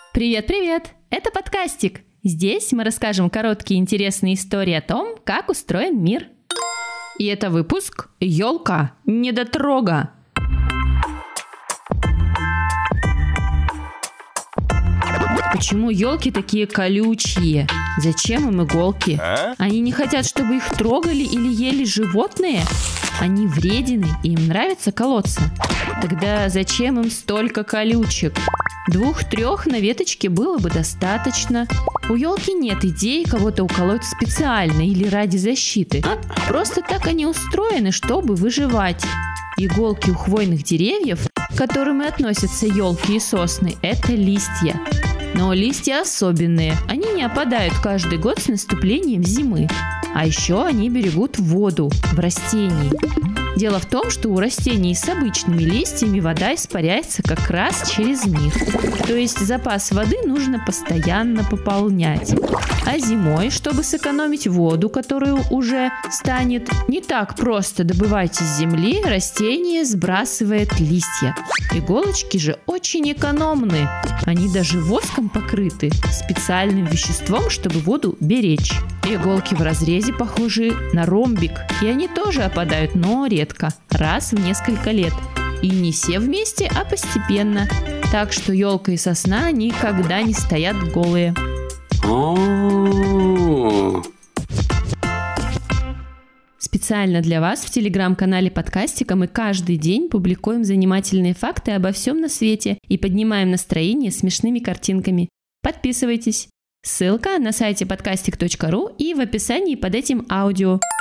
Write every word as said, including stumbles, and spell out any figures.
Привет-привет! Это подкастик. Здесь мы расскажем короткие интересные истории о том, как устроен мир. И это выпуск «Ёлка недотрога». Почему елки такие колючие? Зачем им иголки? А? Они не хотят, чтобы их трогали или ели животные? Они вредины, и им нравится колоться. Тогда зачем им столько колючек? Двух-трех на веточке было бы достаточно. У елки нет идеи кого-то уколоть специально или ради защиты. Просто так они устроены, чтобы выживать. Иголки у хвойных деревьев, к которым и относятся елки и сосны, это листья. Но листья особенные, они не опадают каждый год с наступлением зимы. А еще они берегут воду в растении. Дело в том, что у растений с обычными листьями вода испаряется как раз через них. То есть запас воды нужно постоянно пополнять. А зимой, чтобы сэкономить воду, которую уже станет не так просто добывать из земли, растение сбрасывает листья. Иголочки же очень экономны. Они даже воском покрыты, специальным веществом, чтобы воду беречь. Иголки в разрезе похожи на ромбик, и они тоже опадают, но редко, раз в несколько лет. И не все вместе, а постепенно. Так что елка и сосна никогда не стоят голые. Специально для вас в телеграм-канале подкастика мы каждый день публикуем занимательные факты обо всем на свете и поднимаем настроение смешными картинками. Подписывайтесь. Ссылка на сайте подкастик точка ру и в описании под этим аудио.